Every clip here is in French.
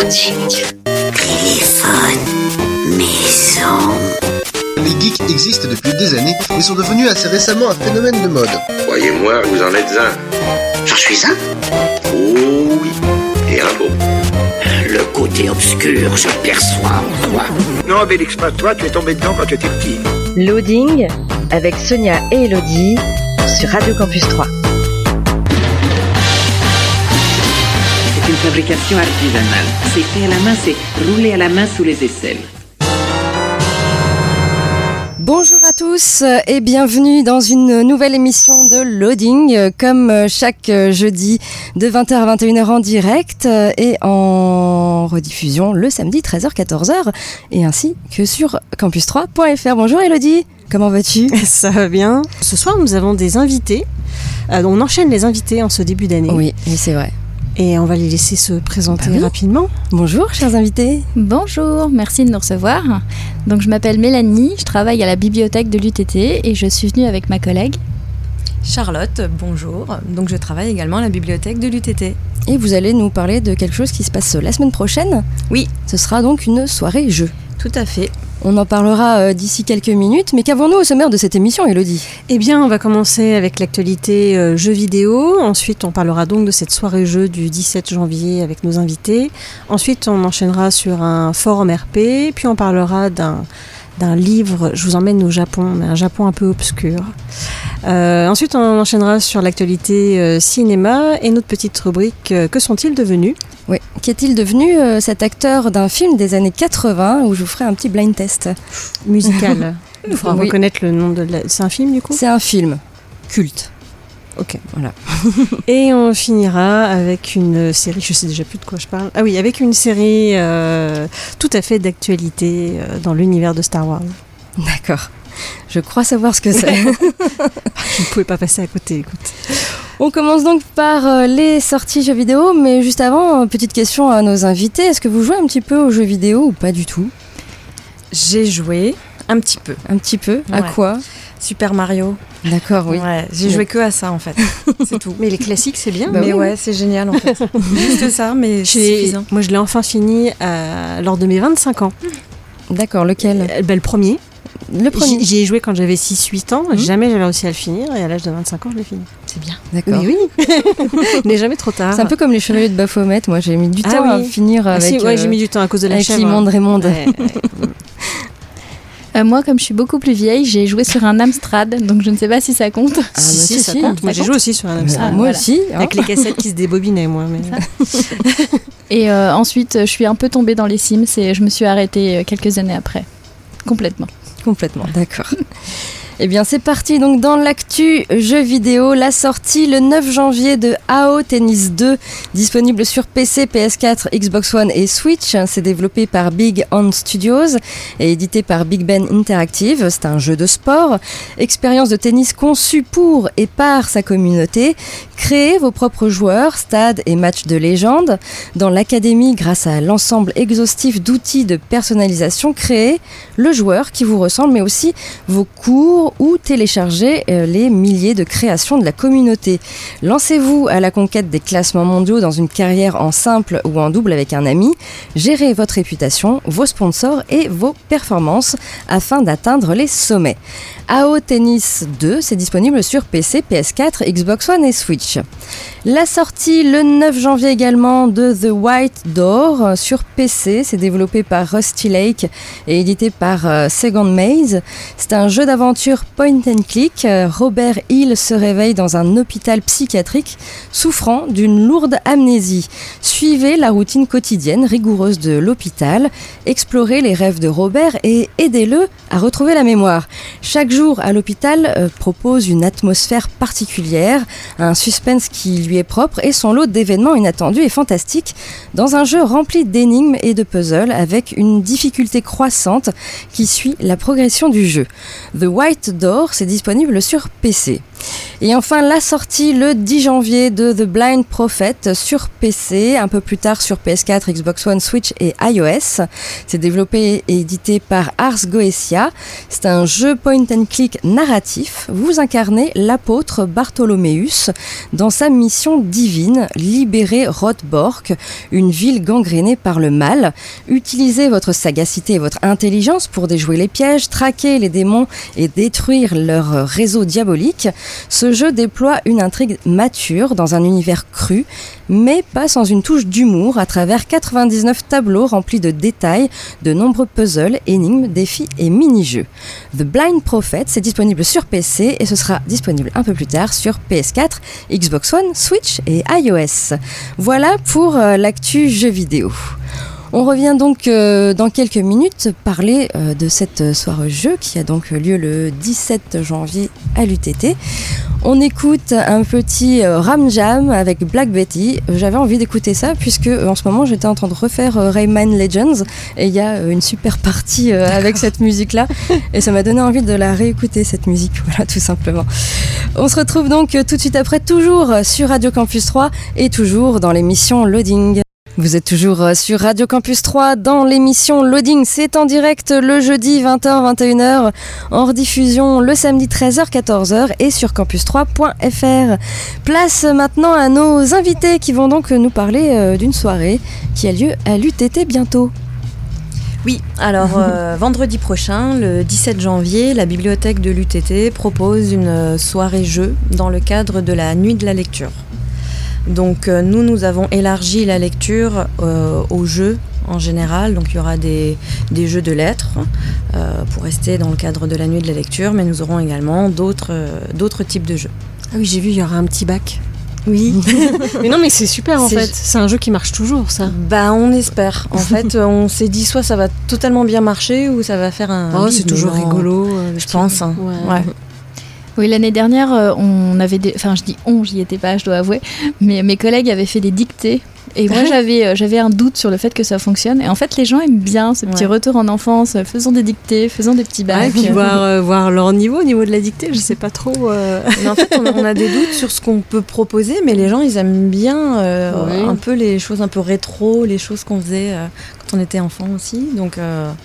informatique, téléphone, maison. Les geeks existent depuis des années et sont devenus assez récemment un phénomène de mode. Croyez-moi, vous en êtes un. J'en suis un. Oh oui, et un beau. Le côté obscur, je perçois en toi. Non, Bélix, pas toi, tu es tombé dedans quand tu étais petit. Loading avec Sonia et Elodie sur Radio Campus 3. C'est une fabrication artisanale. C'est fait à la main, c'est roulé à la main sous les aisselles. Bonjour à tous et bienvenue dans une nouvelle émission de Loading, comme chaque jeudi de 20h à 21h en direct et en rediffusion le samedi 13h-14h et ainsi que sur campus3.fr. Bonjour Elodie, comment vas-tu ? Ça va bien. Ce soir nous avons des invités, on enchaîne les invités en ce début d'année. Oui, c'est vrai. Et on va les laisser se présenter rapidement. Bonjour chers invités. Bonjour, merci de nous recevoir. Donc je m'appelle Mélanie, je travaille à la bibliothèque de l'UTT et je suis venue avec ma collègue. Charlotte, bonjour. Donc je travaille également à la bibliothèque de l'UTT. Et vous allez nous parler de quelque chose qui se passe la semaine prochaine ? Oui. Ce sera donc une soirée jeu. Tout à fait. On en parlera d'ici quelques minutes, mais qu'avons-nous au sommaire de cette émission, Elodie ? Eh bien, on va commencer avec l'actualité jeux vidéo. Ensuite, on parlera donc de cette soirée jeu du 17 janvier avec nos invités. Ensuite, on enchaînera sur un forum RP. Puis, on parlera d'un livre, je vous emmène au Japon, mais un Japon un peu obscur. Ensuite, on enchaînera sur l'actualité cinéma et notre petite rubrique « Que sont-ils devenus ?» Oui, qu'est-il devenu cet acteur d'un film des années 80 où je vous ferai un petit blind test musical. Il faudra reconnaître le nom de C'est un film du coup ? C'est un film culte. Ok, voilà. Et on finira avec une série, je sais déjà plus de quoi je parle. Ah oui, avec une série tout à fait d'actualité dans l'univers de Star Wars. D'accord. Je crois savoir ce que c'est. Je ne pouvais pas passer à côté, écoute. On commence donc par les sorties jeux vidéo, mais juste avant, petite question à nos invités. Est-ce que vous jouez un petit peu aux jeux vidéo ou pas du tout ? J'ai joué un petit peu. Un petit peu ? À quoi ? Super Mario. D'accord, oui. Ouais, j'ai joué que à ça en fait. C'est tout. Mais les classiques, c'est bien. Mais ouais, c'est génial en fait. Juste ça, mais c'est suffisant. Moi, je l'ai enfin fini lors de mes 25 ans. D'accord, lequel ? Le premier. Le premier. J'y ai joué quand j'avais 6-8 ans. Jamais j'avais réussi à le finir. Et à l'âge de 25 ans, je l'ai fini. C'est bien. D'accord. Mais oui. Il n'est jamais trop tard. C'est un peu comme les Chevaliers de Baphomet. Moi, j'ai mis du temps à finir avec... j'ai mis du temps à cause de la chèvre. Avec Limande Raymond. Ouais. Moi, comme je suis beaucoup plus vieille, j'ai joué sur un Amstrad, donc je ne sais pas si ça compte. Ah, si, ça compte. Moi, j'ai joué aussi sur un Amstrad. Moi aussi. Hein. Avec les cassettes qui se débobinaient, moi. Mais... Et ensuite, je suis un peu tombée dans les Sims et je me suis arrêtée quelques années après. Complètement, d'accord. Eh bien, c'est parti. Donc, dans l'actu jeux vidéo, la sortie le 9 janvier de AO Tennis 2, disponible sur PC, PS4, Xbox One et Switch. C'est développé par Big Hand Studios et édité par Big Ben Interactive. C'est un jeu de sport, expérience de tennis conçue pour et par sa communauté. Créez vos propres joueurs, stades et matchs de légende. Dans l'académie, grâce à l'ensemble exhaustif d'outils de personnalisation, créez le joueur qui vous ressemble, mais aussi vos cours ou télécharger les milliers de créations de la communauté. Lancez-vous à la conquête des classements mondiaux dans une carrière en simple ou en double avec un ami. Gérez votre réputation, vos sponsors et vos performances afin d'atteindre les sommets. AO Tennis 2, c'est disponible sur PC, PS4, Xbox One et Switch. La sortie le 9 janvier également de The White Door sur PC, c'est développé par Rusty Lake et édité par Second Maze. C'est un jeu d'aventure point and click. Robert Hill se réveille dans un hôpital psychiatrique souffrant d'une lourde amnésie. Suivez la routine quotidienne rigoureuse de l'hôpital, explorez les rêves de Robert et aidez-le à retrouver la mémoire. Chaque jour à l'hôpital propose une atmosphère particulière, un suspense qui lui est propre et son lot d'événements inattendus et fantastiques dans un jeu rempli d'énigmes et de puzzles avec une difficulté croissante qui suit la progression du jeu. The White Door, c'est disponible sur PC. Et enfin, la sortie le 10 janvier de The Blind Prophet sur PC, un peu plus tard sur PS4, Xbox One, Switch et iOS. C'est développé et édité par Ars Goetia. C'est un jeu point and click narratif. Vous incarnez l'apôtre Bartholoméus dans sa mission divine, libérer Rothborg, une ville gangrénée par le mal. Utilisez votre sagacité et votre intelligence pour déjouer les pièges, traquer les démons et détruire leur réseau diabolique. Ce jeu déploie une intrigue mature dans un univers cru, mais pas sans une touche d'humour à travers 99 tableaux remplis de détails, de nombreux puzzles, énigmes, défis et mini-jeux. The Blind Prophet, c'est disponible sur PC et ce sera disponible un peu plus tard sur PS4, Xbox One, Switch et iOS. Voilà pour l'actu jeux vidéo. On revient donc dans quelques minutes parler de cette soirée jeu qui a donc lieu le 17 janvier à l'UTT. On écoute un petit Ram Jam avec Black Betty. J'avais envie d'écouter ça puisque en ce moment j'étais en train de refaire Rayman Legends et il y a une super partie avec cette musique-là et ça m'a donné envie de la réécouter cette musique, voilà tout simplement. On se retrouve donc tout de suite après, toujours sur Radio Campus 3 et toujours dans l'émission Loading. Vous êtes toujours sur Radio Campus 3 dans l'émission Loading. C'est en direct le jeudi 20h-21h, en rediffusion le samedi 13h-14h et sur campus3.fr. Place maintenant à nos invités qui vont donc nous parler d'une soirée qui a lieu à l'UTT bientôt. Oui, alors vendredi prochain, le 17 janvier, la bibliothèque de l'UTT propose une soirée jeu dans le cadre de la nuit de la lecture. Donc nous avons élargi la lecture aux jeux en général, donc il y aura des jeux de lettres pour rester dans le cadre de la nuit de la lecture, mais nous aurons également d'autres types de jeux. Ah oui, j'ai vu, il y aura un petit bac. Oui. Mais non, mais c'est super en fait, c'est un jeu qui marche toujours ça. Bah on espère, en fait on s'est dit soit ça va totalement bien marcher ou ça va faire un... c'est toujours rigolo. Je pense. Hein. Ouais. Oui, l'année dernière, on avait enfin je dis j'y étais pas, je dois avouer, mais mes collègues avaient fait des dictées et moi j'avais un doute sur le fait que ça fonctionne et en fait les gens aiment bien ce petit retour en enfance, faisons des dictées, faisons des petits bacs. Et puis voir leur niveau au niveau de la dictée, je sais pas trop. Mais en fait on a des doutes sur ce qu'on peut proposer, mais les gens ils aiment bien un peu les choses un peu rétro, les choses qu'on faisait quand on était enfant aussi, donc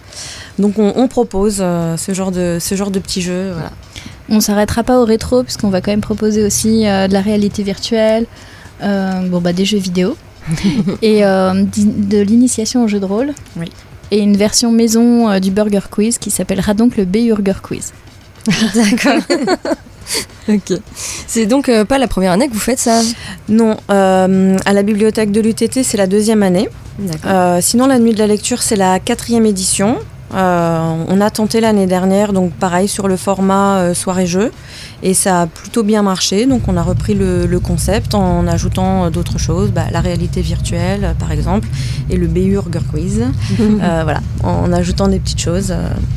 on propose ce genre de petits jeux, voilà. On ne s'arrêtera pas au rétro puisqu'on va quand même proposer aussi de la réalité virtuelle, des jeux vidéo et de l'initiation au jeu de rôle. Oui. Et une version maison du Burger Quiz qui s'appellera donc le Burger Quiz. D'accord. Ok. C'est donc pas la première année que vous faites ça ? Non, à la bibliothèque de l'UTT c'est la 2e année. D'accord. Sinon la nuit de la lecture c'est la 4e édition. On a tenté l'année dernière, donc pareil sur le format soirée-jeu, et ça a plutôt bien marché. Donc on a repris le concept en ajoutant d'autres choses, la réalité virtuelle par exemple, et le Burger Quiz. Voilà, en ajoutant des petites choses.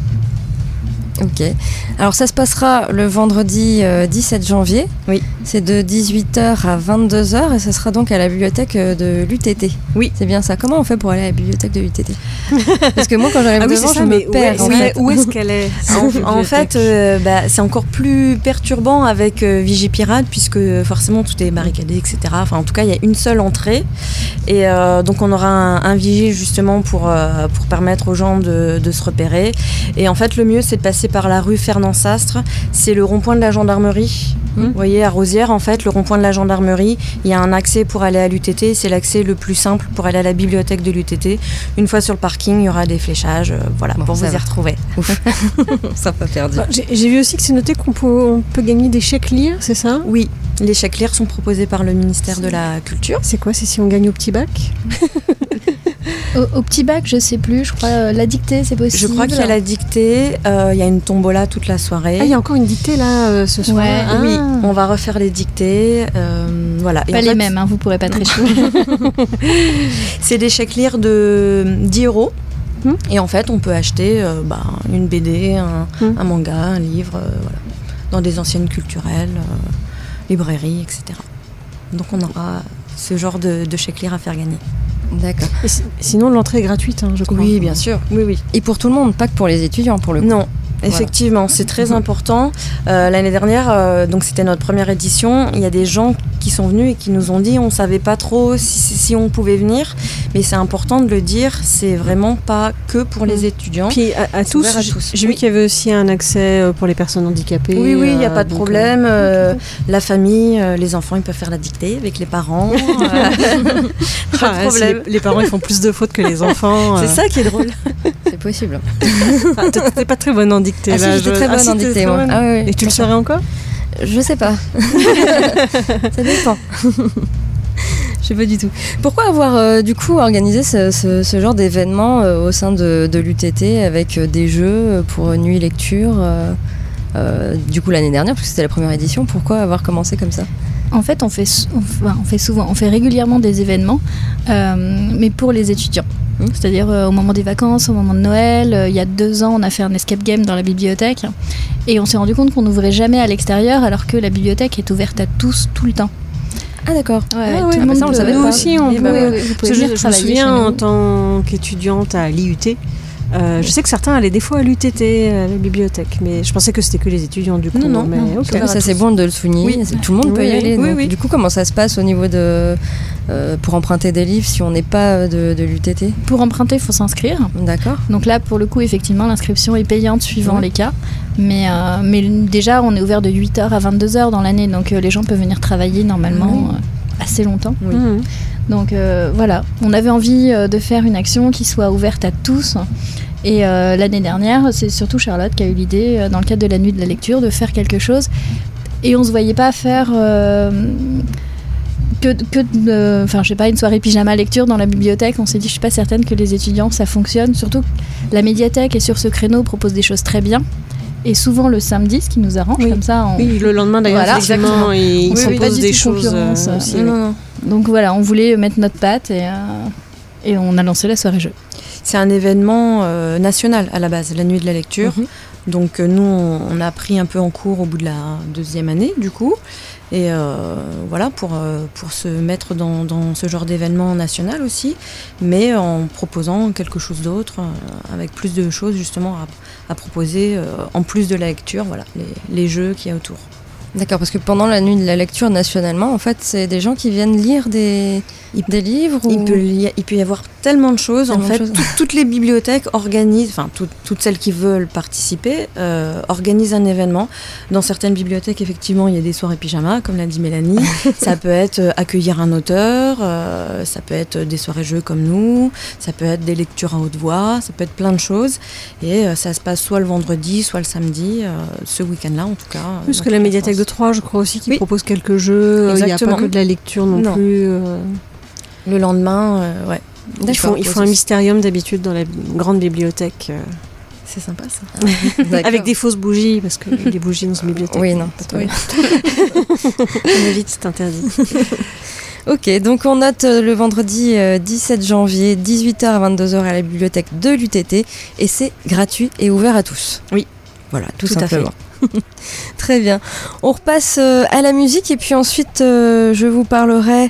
Ok. Alors ça se passera le vendredi 17 janvier. Oui. C'est de 18h à 22h et ça sera donc à la bibliothèque de l'UTT. Oui. C'est bien ça. Comment on fait pour aller à la bibliothèque de l'UTT ? Parce que moi quand j'arrive devant, je me perds. Où est-ce qu'elle est En fait, c'est encore plus perturbant avec Vigipirate puisque forcément tout est barricadé, etc. Enfin, en tout cas, il y a une seule entrée et donc on aura un vigile justement pour permettre aux gens de se repérer. Et en fait, le mieux c'est de passer par la rue Fernand-Sastre, c'est le rond-point de la gendarmerie. Vous voyez, à Rosières, en fait, le rond-point de la gendarmerie, il y a un accès pour aller à l'UTT, c'est l'accès le plus simple pour aller à la bibliothèque de l'UTT. Une fois sur le parking, il y aura des fléchages, pour vous y retrouver. Ça pas perdu. J'ai vu aussi que c'est noté qu'on peut gagner des chèques lire, c'est ça ? Oui, les chèques lire sont proposés par le ministère de la Culture. C'est quoi ? C'est si on gagne au petit bac ? Au petit bac, je sais plus, je crois la dictée c'est possible. Je crois qu'il y a la dictée, il y a une tombola toute la soirée. Ah, il y a encore une dictée là ce soir. Ouais. Oui, on va refaire les dictées, voilà. Pas les mêmes, vous pourrez pas tricher. C'est des chèques lire de 10 €. Et en fait, on peut acheter une BD, un manga, un livre, dans des anciennes culturelles, librairies, etc. Donc on aura ce genre de chèques lire à faire gagner. D'accord. Sinon, l'entrée est gratuite, je crois. Oui, bien sûr. Oui. Et pour tout le monde, pas que pour les étudiants, pour le coup. Non. Effectivement, c'est très important. L'année dernière, donc c'était notre première édition, il y a des gens qui sont venus et qui nous ont dit on ne savait pas trop si on pouvait venir, mais c'est important de le dire, c'est vraiment pas que pour les étudiants. Puis à tous, j'ai vu qu'il y avait aussi un accès pour les personnes handicapées. Oui, il n'y a pas de problème. La famille, les enfants, ils peuvent faire la dictée avec les parents. Pas de problème. Les parents, ils font plus de fautes que les enfants. C'est ça qui est drôle. C'est possible. T'es pas très bonne en dictée. Ah si, j'étais très bonne en dictée, moi. Ah, oui, et tu le serais encore ? Je sais pas. Ça dépend. Je sais pas du tout. Pourquoi avoir du coup organisé ce genre d'événement au sein de l'UTT avec des jeux pour nuit lecture du coup l'année dernière, parce que c'était la première édition. Pourquoi avoir commencé comme ça ? En fait, on fait régulièrement des événements, mais pour les étudiants. C'est-à-dire au moment des vacances, au moment de Noël. Il y a 2 ans, on a fait un escape game dans la bibliothèque. Et on s'est rendu compte qu'on n'ouvrait jamais à l'extérieur, alors que la bibliothèque est ouverte à tous, tout le temps. Ah d'accord. Tout le monde ça, on le savait pas. Nous aussi, on peut. Je me souviens en tant qu'étudiante à l'IUT. Je sais que certains allaient des fois à l'UTT, à la bibliothèque, mais je pensais que c'était que les étudiants du coup. Non. Okay. Ça c'est bon de le souligner. Oui. Tout le monde peut y aller. Oui. Du coup, comment ça se passe au niveau de pour emprunter des livres si on n'est pas de l'UTT ? Pour emprunter, il faut s'inscrire. D'accord. Donc là, pour le coup, effectivement, l'inscription est payante suivant les cas. Mais déjà, on est ouvert de 8h à 22h dans l'année, donc les gens peuvent venir travailler normalement assez longtemps. Oui. Donc voilà, on avait envie de faire une action qui soit ouverte à tous. Et l'année dernière, c'est surtout Charlotte qui a eu l'idée, dans le cadre de la nuit de la lecture, de faire quelque chose. Et on ne se voyait pas faire une soirée pyjama lecture dans la bibliothèque. On s'est dit, je ne suis pas certaine que les étudiants, ça fonctionne. Surtout que la médiathèque est sur ce créneau, propose des choses très bien. Et souvent le samedi, ce qui nous arrange, comme ça. Oui, le lendemain d'ailleurs, exactement. Ils proposent des choses aussi. Non. Donc voilà, on voulait mettre notre patte et on a lancé la soirée jeu. C'est un événement national à la base, la nuit de la lecture. Donc nous, on a pris un peu en cours au bout de la 2e année, du coup. Et voilà, pour se mettre dans ce genre d'événement national aussi, mais en proposant quelque chose d'autre, avec plus de choses justement à proposer, en plus de la lecture, voilà, les jeux qu'il y a autour. D'accord, parce que pendant la nuit de la lecture nationalement, en fait, c'est des gens qui viennent lire des livres Il peut y avoir tellement de choses. Toutes les bibliothèques organisent, enfin toutes celles qui veulent participer, organisent un événement. Dans certaines bibliothèques, effectivement, il y a des soirées pyjama, comme l'a dit Mélanie. Ça peut être accueillir un auteur, ça peut être des soirées jeux comme nous, ça peut être des lectures à haute voix, ça peut être plein de choses. Et ça se passe soit le vendredi, soit le samedi, ce week-end-là en tout cas. Plus que la médiathèque de Troyes, je crois aussi, qui propose quelques jeux. Il n'y a pas que de la lecture non plus. Le lendemain, ouais. Ils font un mystérium d'habitude dans la grande bibliothèque. C'est sympa ça. Avec des fausses bougies, parce que les bougies dans une bibliothèque. Oui, non, pas oui. On évite, c'est interdit. Ok, donc on note le vendredi 17 janvier, 18h à 22h à la bibliothèque de l'UTT, et c'est gratuit et ouvert à tous. Oui. Voilà, tout simplement. Très bien. On repasse à la musique, et puis ensuite je vous parlerai...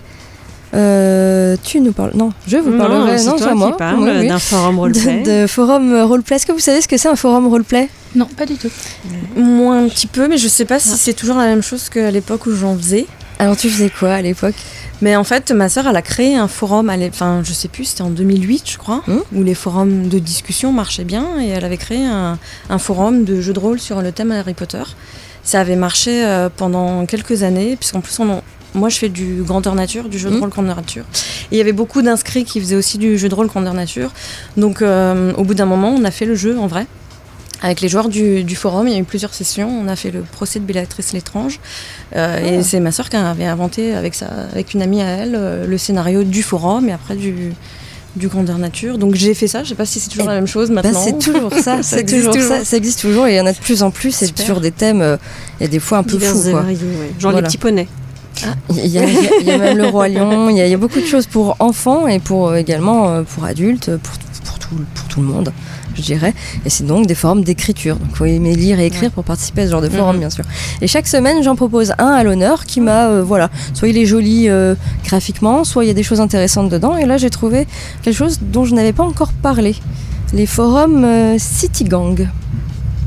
tu nous parles... Non, je vous parlerai... C'est toi qui parles d'un forum roleplay. De forum roleplay. Est-ce que vous savez ce que c'est un forum roleplay ? Non, pas du tout. Moi un petit peu, mais je sais pas si c'est toujours la même chose qu'à l'époque où j'en faisais. Alors tu faisais quoi à l'époque ? Mais en fait, ma sœur, elle a créé un forum, je sais plus, c'était en 2008, je crois, où les forums de discussion marchaient bien, et elle avait créé un forum de jeux de rôle sur le thème Harry Potter. Ça avait marché pendant quelques années, puisqu'en plus, moi, je fais du grandeur nature, du jeu de rôle grandeur nature. Et il y avait beaucoup d'inscrits qui faisaient aussi du jeu de rôle grandeur nature. Donc, au bout d'un moment, on a fait le jeu en vrai. Avec les joueurs du forum, il y a eu plusieurs sessions. On a fait le procès de Béatrice Létrange. Et c'est ma sœur qui avait inventé avec une amie à elle le scénario du forum et après du grandeur nature. Donc j'ai fait ça. Je ne sais pas si c'est toujours la même chose maintenant. C'est toujours ça. Ça existe toujours et il y en a de plus en plus. C'est toujours des thèmes et des fois un peu fous. Variés, ouais. Genre les petits poneys. Il y a même le roi lion. Il y a beaucoup de choses pour enfants et également pour adultes, pour tout le monde, je dirais. Et c'est donc des forums d'écriture. Donc il faut aimer lire et écrire pour participer à ce genre de forum, bien sûr. Et chaque semaine, j'en propose un à l'honneur qui m'a, soit il est joli graphiquement, soit il y a des choses intéressantes dedans. Et là, j'ai trouvé quelque chose dont je n'avais pas encore parlé. Les forums City Gang.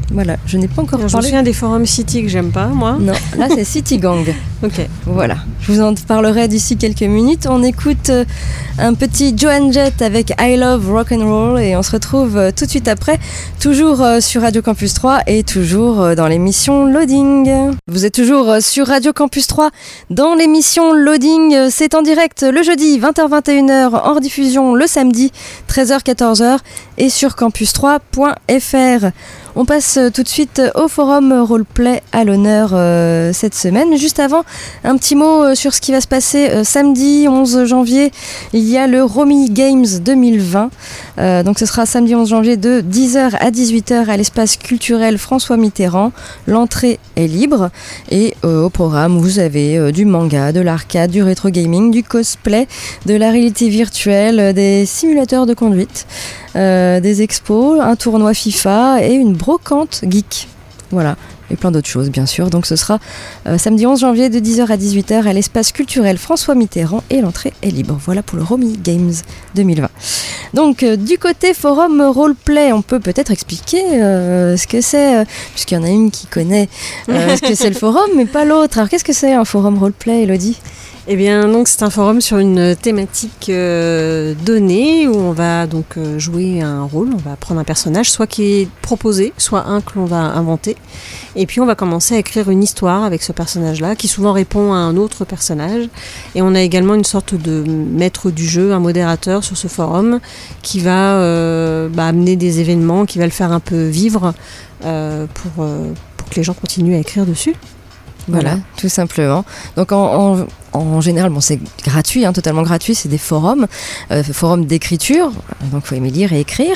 Voilà, je n'ai pas encore Je me parlé. souviens des forums City que j'aime pas, moi. Non, là c'est City Gang. Ok. Voilà, je vous en parlerai d'ici quelques minutes. On écoute un petit Joan Jett avec I Love Rock'n'Roll et on se retrouve tout de suite après, toujours sur Radio Campus 3 et toujours dans l'émission Loading. Vous êtes toujours sur Radio Campus 3 dans l'émission Loading. C'est en direct le jeudi 20h-21h, en rediffusion le samedi 13h-14h et sur campus3.fr. On passe tout de suite au forum roleplay à l'honneur cette semaine. Mais juste avant, un petit mot sur ce qui va se passer samedi 11 janvier. Il y a le Romy Games 2020. Donc ce sera samedi 11 janvier de 10h à 18h à l'espace culturel François Mitterrand. L'entrée est libre. Et au programme, vous avez du manga, de l'arcade, du rétro gaming, du cosplay, de la réalité virtuelle, des simulateurs de conduite, des expos, un tournoi FIFA et une brocante geek. Voilà. Et plein d'autres choses, bien sûr. Donc ce sera samedi 11 janvier de 10h à 18h à l'espace culturel François Mitterrand et l'entrée est libre. Voilà pour le Romy Games 2020. Donc du côté forum roleplay, on peut peut-être expliquer ce que c'est, puisqu'il y en a une qui connaît ce que c'est le forum, mais pas l'autre. Alors qu'est-ce que c'est un forum roleplay, Elodie ? Eh bien, donc c'est un forum sur une thématique donnée où on va donc jouer un rôle, on va prendre un personnage, soit qui est proposé, soit un que l'on va inventer. Et puis on va commencer à écrire une histoire avec ce personnage-là, qui souvent répond à un autre personnage. Et on a également une sorte de maître du jeu, un modérateur sur ce forum, qui va amener des événements, qui va le faire un peu vivre pour que les gens continuent à écrire dessus. Voilà, tout simplement. Donc en général, bon, c'est gratuit, totalement gratuit, c'est des forums d'écriture, donc il faut aimer lire et écrire.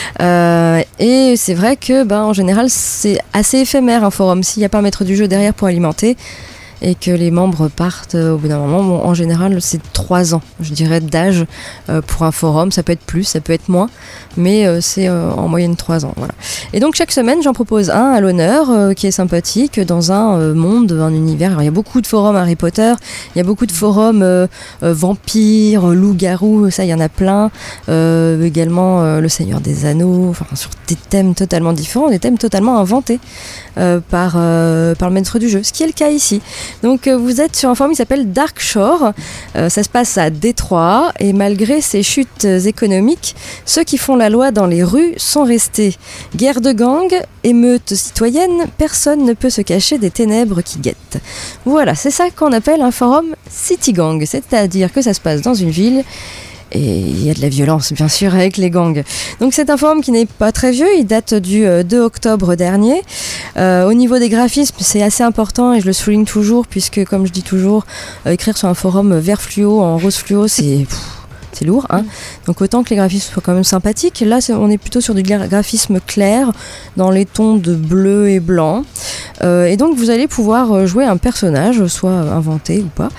Et c'est vrai que en général, c'est assez éphémère un forum. S'il n'y a pas un maître du jeu derrière pour alimenter, et que les membres partent au bout d'un moment. Bon, en général, c'est 3 ans, je dirais, d'âge pour un forum. Ça peut être plus, ça peut être moins, mais c'est en moyenne 3 ans. Voilà. Et donc, chaque semaine, j'en propose un à l'honneur qui est sympathique dans un monde, un univers. Alors, il y a beaucoup de forums Harry Potter, il y a beaucoup de forums vampires, loups-garous, ça, il y en a plein. Également, le Seigneur des Anneaux, enfin, sur des thèmes totalement différents, des thèmes totalement inventés par le maître du jeu, ce qui est le cas ici. Donc vous êtes sur un forum qui s'appelle Dark Shore, ça se passe à Détroit et malgré ces chutes économiques, ceux qui font la loi dans les rues sont restés. Guerre de gang, émeute citoyenne, personne ne peut se cacher des ténèbres qui guettent. Voilà, c'est ça qu'on appelle un forum City Gang, c'est-à-dire que ça se passe dans une ville. Et il y a de la violence, bien sûr, avec les gangs. Donc c'est un forum qui n'est pas très vieux, il date du 2 octobre dernier. Au niveau des graphismes, c'est assez important et je le souligne toujours, puisque comme je dis toujours, écrire sur un forum vert fluo, en rose fluo, c'est lourd. Donc autant que les graphismes soient quand même sympathiques. Là, on est plutôt sur du graphisme clair, dans les tons de bleu et blanc. Et donc vous allez pouvoir jouer un personnage, soit inventé ou pas,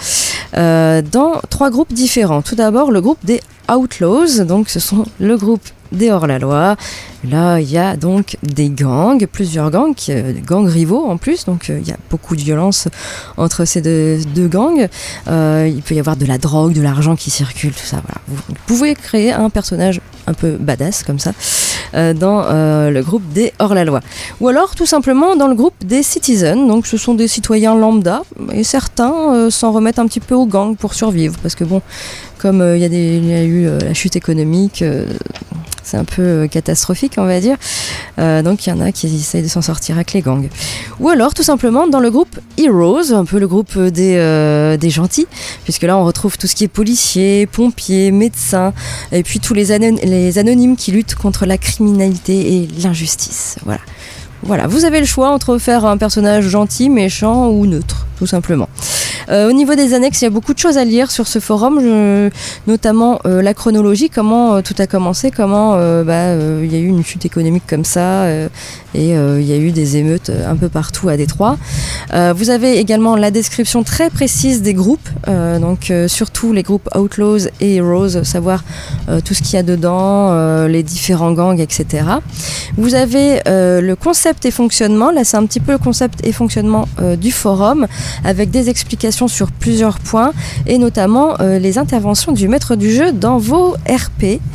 dans 3 groupes différents. Tout d'abord, le groupe des Outlaws, donc ce sont le groupe des hors-la-loi. Là, il y a donc des gangs, plusieurs gangs, des gangs rivaux en plus, donc il y a beaucoup de violence entre ces deux gangs. Il peut y avoir de la drogue, de l'argent qui circule, tout ça. Voilà. Vous pouvez créer un personnage un peu badass comme ça dans le groupe des hors-la-loi. Ou alors tout simplement dans le groupe des citizens, donc ce sont des citoyens lambda, et certains s'en remettent un petit peu aux gangs pour survivre, parce que bon, comme il y a eu la chute économique, c'est un peu catastrophique, on va dire. Donc il y en a qui essayent de s'en sortir avec les gangs. Ou alors tout simplement dans le groupe Heroes, un peu le groupe des gentils, puisque là on retrouve tout ce qui est policiers, pompiers, médecins, et puis tous les anonymes qui luttent contre la criminalité et l'injustice. Voilà, vous avez le choix entre faire un personnage gentil, méchant ou neutre, tout simplement. Au niveau des annexes, il y a beaucoup de choses à lire sur ce forum, notamment la chronologie, comment tout a commencé, comment il y a eu une chute économique comme ça, et il y a eu des émeutes un peu partout à Détroit. Vous avez également la description très précise des groupes, donc surtout les groupes Outlaws et Heroes, savoir tout ce qu'il y a dedans, les différents gangs, etc. Vous avez le concept et fonctionnement, là c'est un petit peu le concept et fonctionnement du forum, avec des explications sur plusieurs points, et notamment les interventions du maître du jeu dans vos RP.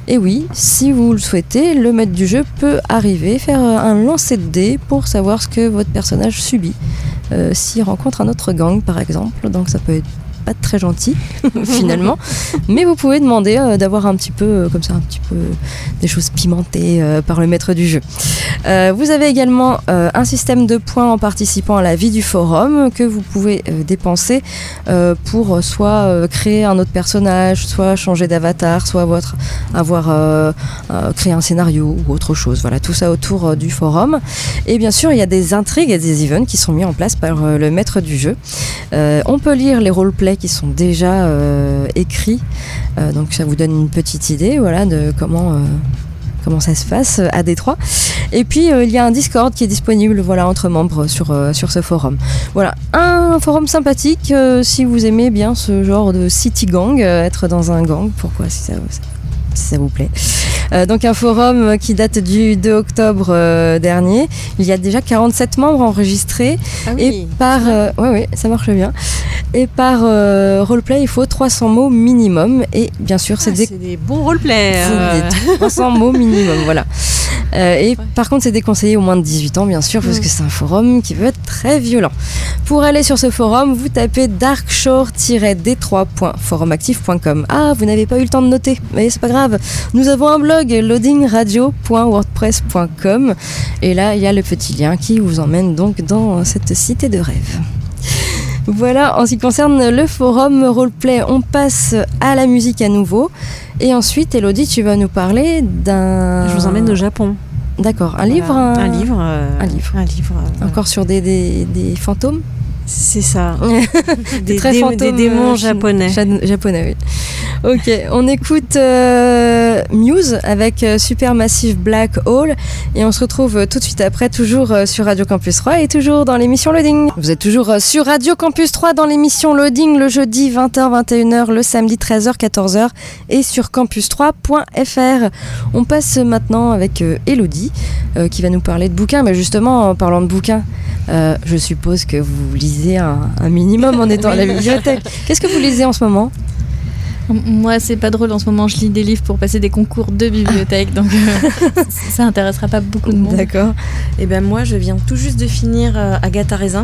Et oui, si vous le souhaitez, le maître du jeu peut arriver, faire un lancer de dés pour savoir ce que votre personnage subit. S'il rencontre un autre gang, par exemple, donc ça peut être pas très gentil finalement, mais vous pouvez demander d'avoir un petit peu des choses pimentées par le maître du jeu. Vous avez également un système de points en participant à la vie du forum que vous pouvez dépenser pour soit créer un autre personnage, soit changer d'avatar, soit créer un scénario ou autre chose. Voilà, tout ça autour du forum. Et bien sûr, il y a des intrigues et des events qui sont mis en place par le maître du jeu. On peut lire les roleplays qui sont déjà écrits, donc ça vous donne une petite idée, voilà, de comment ça se passe à Détroit. Et puis il y a un Discord qui est disponible, voilà, entre membres sur ce forum. Voilà, un forum sympathique si vous aimez bien ce genre de city gang, être dans un gang, pourquoi, si ça vous plaît. Donc un forum qui date du 2 octobre dernier. Il y a déjà 47 membres enregistrés. Ah oui, et par oui, ça marche bien. Et par roleplay, il faut 300 mots minimum. Et bien sûr, c'est des bons roleplayers. C'est des 300 mots minimum, voilà. Par contre, c'est déconseillé au moins de 18 ans, bien sûr, parce que c'est un forum qui peut être très violent. Pour aller sur ce forum, vous tapez darkshore-d3.forumactif.com. Ah, vous n'avez pas eu le temps de noter, mais c'est pas grave. Nous avons un blog, loadingradio.wordpress.com, et là, il y a le petit lien qui vous emmène donc dans cette cité de rêve. Voilà, en ce qui concerne le forum roleplay, on passe à la musique à nouveau. Et ensuite, Elodie, tu vas nous parler d'un... Je vous emmène au Japon. D'accord, un livre. Encore sur des fantômes. C'est ça. Des démons japonais. Japonais, oui. Ok, on écoute Muse avec Supermassive Black Hole et on se retrouve tout de suite après, toujours sur Radio Campus 3 et toujours dans l'émission Loading. Vous êtes toujours sur Radio Campus 3 dans l'émission Loading le jeudi 20h-21h, le samedi 13h-14h et sur campus3.fr. On passe maintenant avec Elodie qui va nous parler de bouquins, mais justement en parlant de bouquins, je suppose que vous lisez un minimum en étant à la bibliothèque. Qu'est-ce que vous lisez en ce moment ? Moi, c'est pas drôle en ce moment. Je lis des livres pour passer des concours de bibliothèque, donc ça intéressera pas beaucoup de monde. D'accord. Et ben moi, je viens tout juste de finir Agatha Raisin.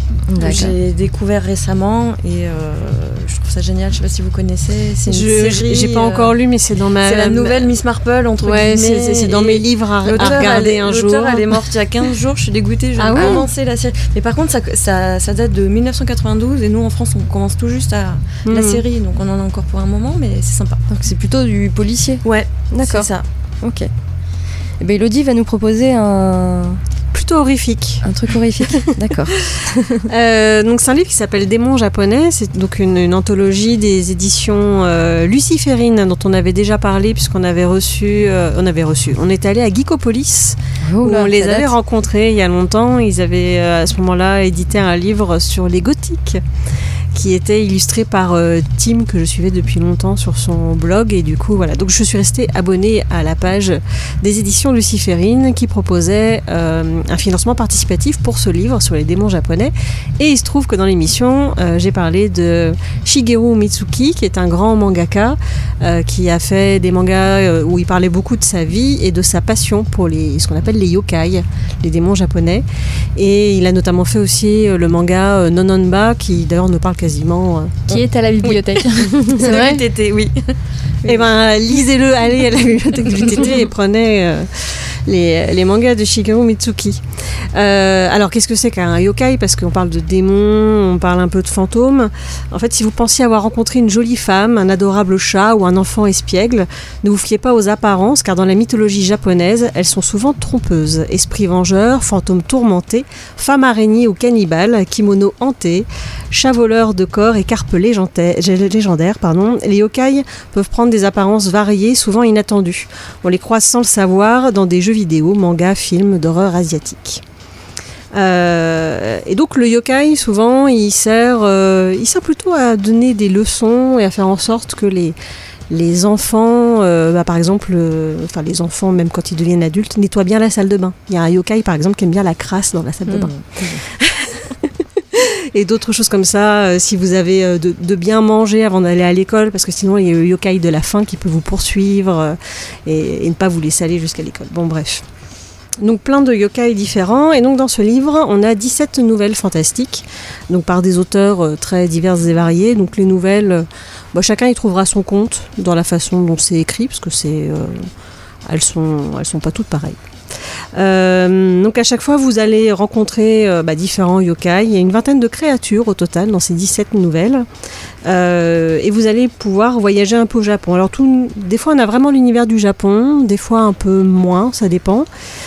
J'ai découvert récemment et je trouve ça génial. Je sais pas si vous connaissez. C'est une série. J'ai pas encore lu, mais c'est dans ma. C'est la nouvelle Miss Marple entre guillemets. C'est dans mes livres à regarder un jour. L'auteur, elle est morte il y a 15 jours. Je suis dégoûtée. Je vais commencer la série. Mais par contre, ça date de 1992 et nous en France, on commence tout juste la série, donc on en a encore pour un moment, mais c'est sympa. Donc c'est plutôt du policier. Ouais, d'accord. C'est ça. Ok. Et ben Elodie va nous proposer un. Plutôt horrifique. Un truc horrifique, d'accord. Donc c'est un livre qui s'appelle Démons japonais. C'est donc une anthologie des éditions luciférines dont on avait déjà parlé puisqu'on avait reçu. On est allé à Geekopolis où on les avait rencontrés il y a longtemps. Ils avaient à ce moment-là édité un livre sur les gothiques qui était illustré par Tim, que je suivais depuis longtemps sur son blog, et du coup voilà, donc je suis restée abonnée à la page des éditions luciférines qui proposait un financement participatif pour ce livre sur les démons japonais, et il se trouve que dans l'émission j'ai parlé de Shigeru Mitsuki, qui est un grand mangaka qui a fait des mangas où il parlait beaucoup de sa vie et de sa passion pour ce qu'on appelle les yokai, les démons japonais, et il a notamment fait aussi le manga Nononba, qui d'ailleurs ne parle quasiment. Qui est à la bibliothèque. C'est vrai. Oui. Eh ben, lisez-le, allez à la bibliothèque du TT et prenez les mangas de Shigeru Mitsuki. Alors, qu'est-ce que c'est qu'un yokai ? Parce qu'on parle de démons, on parle un peu de fantômes. En fait, si vous pensiez avoir rencontré une jolie femme, un adorable chat ou un enfant espiègle, ne vous fiez pas aux apparences, car dans la mythologie japonaise, elles sont souvent trompeuses. Esprits vengeurs, fantômes tourmentés, femmes araignées ou cannibales, kimono hantés, chats voleurs de corps et carpes légendaires. Les yokai peuvent prendre des apparences variées, souvent inattendues. On les croise sans le savoir dans des jeux vidéo, mangas, films d'horreur asiatiques. Et donc le yokai, souvent, il sert plutôt à donner des leçons et à faire en sorte que les enfants, par exemple, les enfants, même quand ils deviennent adultes, nettoient bien la salle de bain. Il y a un yokai, par exemple, qui aime bien la crasse dans la salle de bain. et d'autres choses comme ça. Si vous avez de bien manger avant d'aller à l'école, parce que sinon il y a le yokai de la faim qui peut vous poursuivre et ne pas vous laisser aller jusqu'à l'école. Bon, bref. Donc plein de yokai différents, et donc dans ce livre on a 17 nouvelles fantastiques, donc par des auteurs très diverses et variés. Donc les nouvelles, chacun y trouvera son compte dans la façon dont c'est écrit, parce que elles sont pas toutes pareilles. Donc à chaque fois vous allez rencontrer différents yokai. Il y a une vingtaine de créatures au total dans ces 17 nouvelles, et vous allez pouvoir voyager un peu au Japon. Alors des fois on a vraiment l'univers du Japon, des fois un peu moins, ça dépend.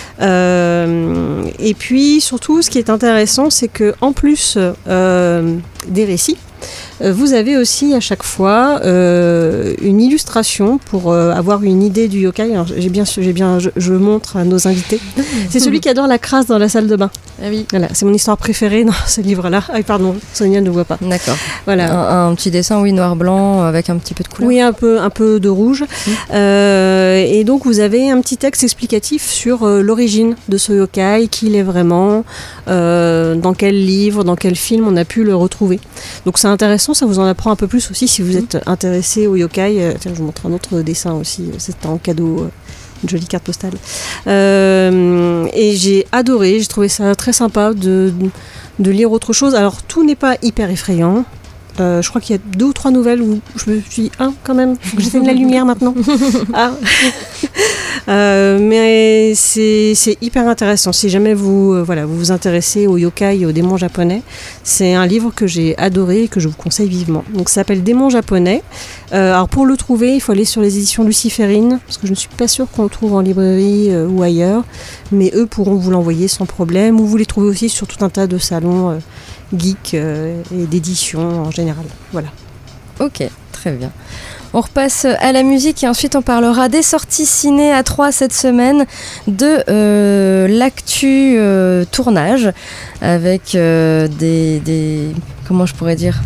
Et puis surtout ce qui est intéressant, c'est que en plus des récits, vous avez aussi à chaque fois une illustration pour avoir une idée du yokai. Alors, je montre à nos invités. C'est celui qui adore la crasse dans la salle de bain. Ah oui. Voilà, c'est mon histoire préférée dans ce livre-là. Ah pardon, Sonia ne voit pas. D'accord. Voilà. Un petit dessin, oui, noir-blanc avec un petit peu de couleur. Oui, un peu de rouge. Et donc vous avez un petit texte explicatif sur l'origine de ce yokai, qui il est vraiment, dans quel livre, dans quel film on a pu le retrouver. Donc c'est intéressant, ça vous en apprend un peu plus aussi si vous êtes intéressé au yokai. Tiens, je vous montre un autre dessin aussi, c'est en cadeau, une jolie carte postale. Et j'ai adoré, j'ai trouvé ça très sympa de lire autre chose. Alors tout n'est pas hyper effrayant. Je crois qu'il y a 2 ou 3 nouvelles où je me suis dit, quand même, faut que j'éteigne la lumière maintenant. Mais c'est hyper intéressant. Si jamais vous vous intéressez aux yokai et aux démons japonais, c'est un livre que j'ai adoré et que je vous conseille vivement. Donc ça s'appelle Démons japonais. Alors pour le trouver, il faut aller sur les éditions Luciférine, parce que je ne suis pas sûre qu'on le trouve en librairie ou ailleurs, mais eux pourront vous l'envoyer sans problème, ou vous les trouvez aussi sur tout un tas de salons geek et d'édition en général. Voilà. Ok, très bien. On repasse à la musique et ensuite on parlera des sorties ciné à 3 cette semaine, de l'actu tournage avec des comment je pourrais dire,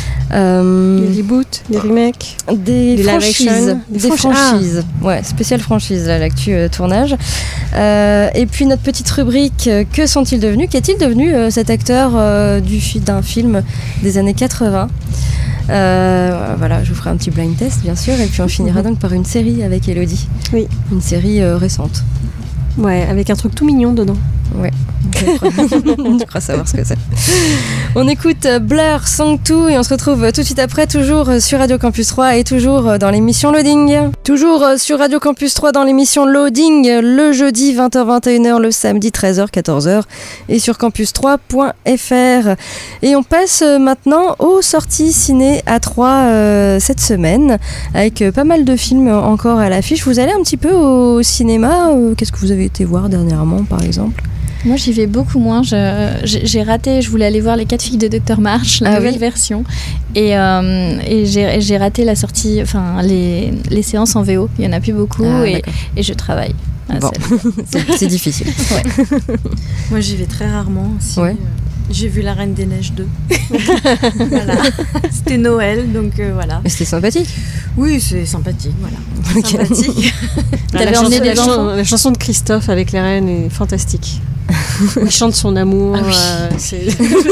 des reboots, des remakes, des franchises, ouais, spéciale franchise là, l'actu tournage. Et puis notre petite rubrique que sont-ils devenus? Qu'est-il devenu cet acteur d'un film des années 80? Voilà, je vous ferai un petit blind test bien sûr, et puis on finira donc par une série avec Elodie. Oui. Une série récente. Ouais, avec un truc tout mignon dedans. Ouais. Je crois savoir ce que c'est. On écoute Blur Song 2 et on se retrouve tout de suite après, toujours sur Radio Campus 3 et toujours dans l'émission Loading. Toujours sur Radio Campus 3 dans l'émission Loading, le jeudi 20h-21h, le samedi 13h-14h et sur campus3.fr. Et on passe maintenant aux sorties ciné à 3 cette semaine, avec pas mal de films encore à l'affiche. Vous allez un petit peu au cinéma, qu'est-ce que vous avez été voir dernièrement par exemple? Moi, j'y vais beaucoup moins. J'ai raté, je voulais aller voir Les 4 filles de Dr. March, la nouvelle version. Et j'ai raté la sortie, enfin, les séances en VO. Il n'y en a plus beaucoup et je travaille. Bon. C'est difficile. Ouais. Moi, j'y vais très rarement aussi. Ouais. J'ai vu La Reine des Neiges 2. Voilà. C'était Noël, donc voilà. Mais c'était sympathique. Oui, c'est sympathique, voilà. Okay. Sympathique. T'avais emmené des enfants. La chanson de Christophe avec les reines est fantastique. Il chante son amour. C'est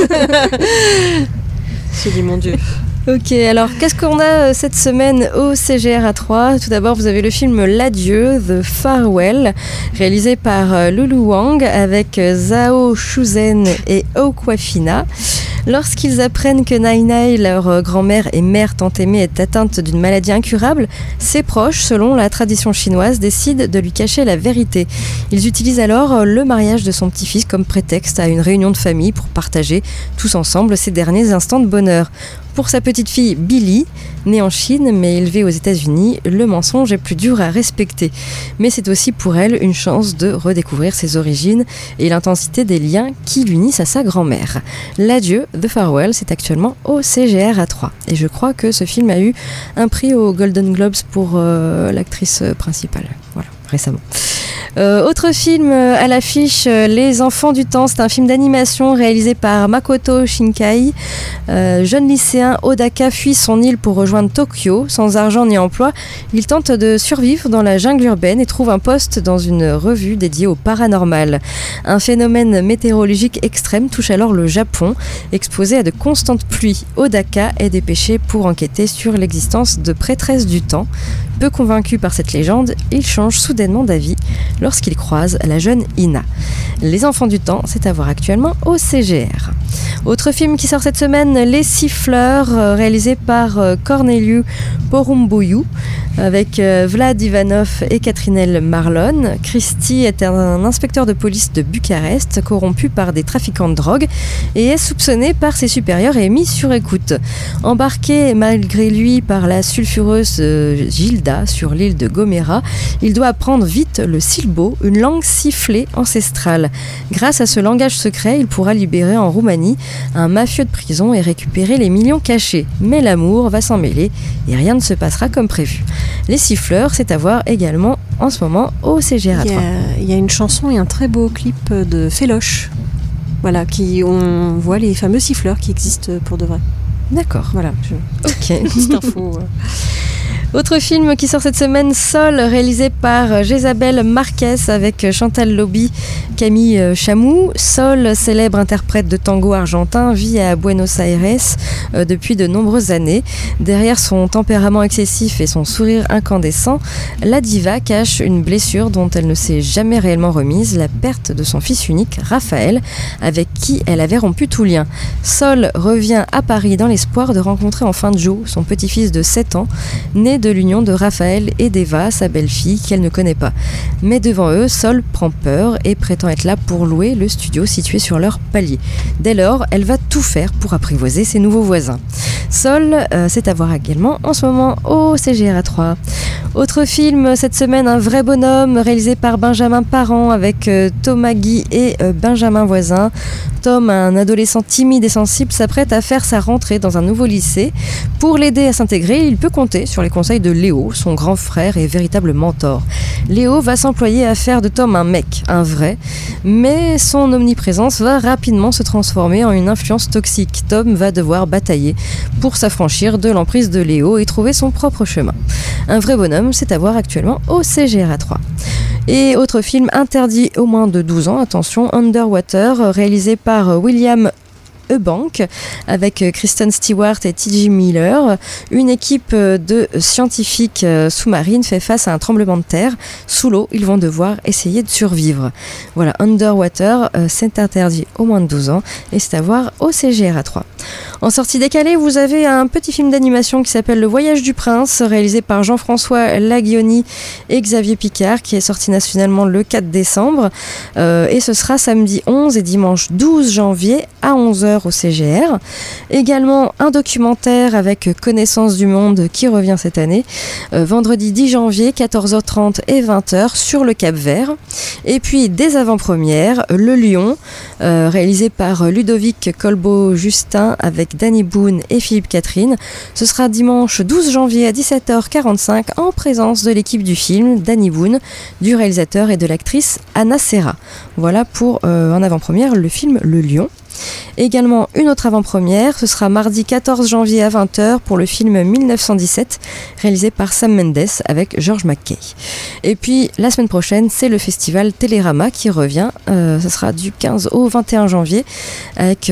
dit, mon Dieu. Ok, alors qu'est-ce qu'on a cette semaine au CGR à 3? Tout d'abord, vous avez le film L'Adieu, The Farewell, réalisé par Lulu Wang avec Zhao Shuzhen et Awkwafina. Lorsqu'ils apprennent que Nai Nai, leur grand-mère et mère tant aimée, est atteinte d'une maladie incurable, ses proches, selon la tradition chinoise, décident de lui cacher la vérité. Ils utilisent alors le mariage de son petit-fils comme prétexte à une réunion de famille pour partager tous ensemble ces derniers instants de bonheur. Pour sa petite fille Billy, née en Chine mais élevée aux États-Unis, le mensonge est plus dur à respecter. Mais c'est aussi pour elle une chance de redécouvrir ses origines et l'intensité des liens qui l'unissent à sa grand-mère. L'Adieu, The Farewell, c'est actuellement au CGR à 3. Et je crois que ce film a eu un prix aux Golden Globes pour l'actrice principale. Voilà, récemment. Autre film à l'affiche, Les Enfants du Temps. C'est un film d'animation réalisé par Makoto Shinkai. Jeune lycéen, Odaka fuit son île pour rejoindre Tokyo. Sans argent ni emploi, il tente de survivre dans la jungle urbaine et trouve un poste dans une revue dédiée au paranormal. Un phénomène météorologique extrême touche alors le Japon, exposé à de constantes pluies. Odaka est dépêché pour enquêter sur l'existence de prêtresses du temps. Peu convaincu par cette légende, il change soudainement d'avis lorsqu'il croise la jeune Ina. Les Enfants du Temps, c'est à voir actuellement au CGR. Autre film qui sort cette semaine, Les Siffleurs, réalisé par Corneliu Porumboiu, avec Vlad Ivanov et Catrinel Marlon. Christy est un inspecteur de police de Bucarest, corrompu par des trafiquants de drogue, et est soupçonné par ses supérieurs et mis sur écoute. Embarqué malgré lui par la sulfureuse Gilda sur l'île de Gomera, il doit apprendre vite le silbo, une langue sifflée ancestrale. Grâce à ce langage secret, il pourra libérer en Roumanie un mafieux de prison et récupérer les millions cachés. Mais l'amour va s'en mêler et rien ne se passera comme prévu. Les Siffleurs, c'est à voir également en ce moment au CGR 3. Il y a une chanson et un très beau clip de Féloche. Voilà, on voit les fameux siffleurs qui existent pour de vrai. D'accord. Voilà. Ok. Petite info. Autre film qui sort cette semaine, Sol, réalisé par Jésabel Marquez avec Chantal Lobby, Camille Chamou. Sol, célèbre interprète de tango argentin, vit à Buenos Aires depuis de nombreuses années. Derrière son tempérament excessif et son sourire incandescent, la diva cache une blessure dont elle ne s'est jamais réellement remise, la perte de son fils unique, Raphaël, avec qui elle avait rompu tout lien. Sol revient à Paris dans l'espoir de rencontrer enfin Joe, son petit-fils de 7 ans, né de l'union de Raphaël et d'Eva, sa belle-fille, qu'elle ne connaît pas. Mais devant eux, Sol prend peur et prétend être là pour louer le studio situé sur leur palier. Dès lors, elle va tout faire pour apprivoiser ses nouveaux voisins. Sol, c'est à voir également en ce moment au CGR 3. Autre film cette semaine, Un vrai bonhomme, réalisé par Benjamin Parent avec Thomas Guy et Benjamin Voisin. Tom, un adolescent timide et sensible, s'apprête à faire sa rentrée dans un nouveau lycée. Pour l'aider à s'intégrer, il peut compter sur les conseils de Léo, son grand frère et véritable mentor. Léo va s'employer à faire de Tom un mec, un vrai, mais son omniprésence va rapidement se transformer en une influence toxique. Tom va devoir batailler pour s'affranchir de l'emprise de Léo et trouver son propre chemin. Un vrai bonhomme, c'est à voir actuellement au CGR 3. Et autre film interdit aux moins de 12 ans, attention, Underwater, réalisé par William Eubank avec Kristen Stewart et T.J. Miller. Une équipe de scientifiques sous-marines fait face à un tremblement de terre. Sous l'eau, ils vont devoir essayer de survivre. Voilà, Underwater, c'est interdit aux moins de 12 ans et c'est à voir au CGR 3. En sortie décalée, vous avez un petit film d'animation qui s'appelle Le Voyage du Prince, réalisé par Jean-François Laguioni et Xavier Picard, qui est sorti nationalement le 4 décembre. Et ce sera samedi 11 et dimanche 12 janvier à 11h au CGR. Également un documentaire avec Connaissance du Monde qui revient cette année, vendredi 10 janvier, 14h30 et 20h sur le Cap-Vert. Et puis des avant-premières, Le Lion, réalisé par Ludovic Colbeau-Justin avec Danny Boone et Philippe Catherine. Ce sera dimanche 12 janvier à 17h45 en présence de l'équipe du film, Danny Boone, du réalisateur et de l'actrice Anna Serra. Voilà pour en avant-première le film Le Lion. Également une autre avant-première, ce sera mardi 14 janvier à 20h pour le film 1917 réalisé par Sam Mendes avec George McKay. Et puis la semaine prochaine, c'est le festival Télérama qui revient, ce sera du 15 au 21 janvier avec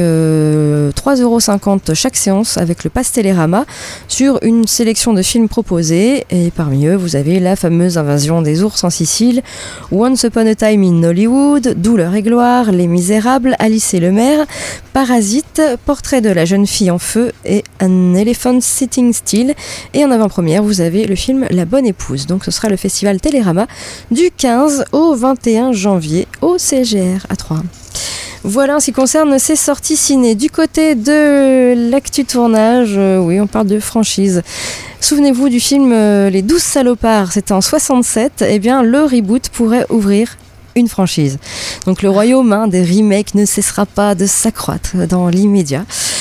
3,50€ chaque séance avec le pass Télérama sur une sélection de films proposés, et parmi eux vous avez La fameuse invasion des ours en Sicile, Once Upon a Time in Hollywood, Douleur et gloire, Les Misérables, Alice et le maire, Parasite, Portrait de la jeune fille en feu et An Elephant Sitting Still. Et en avant-première, vous avez le film La bonne épouse. Donc ce sera le festival Télérama du 15 au 21 janvier au CGR à 3. Voilà en ce qui concerne ces sorties ciné. Du côté de l'actu tournage, oui, on parle de franchise. Souvenez-vous du film Les 12 salopards, c'était en 67. Eh bien, le reboot pourrait ouvrir une franchise. Donc le royaume des remakes ne cessera pas de s'accroître dans l'immédiat.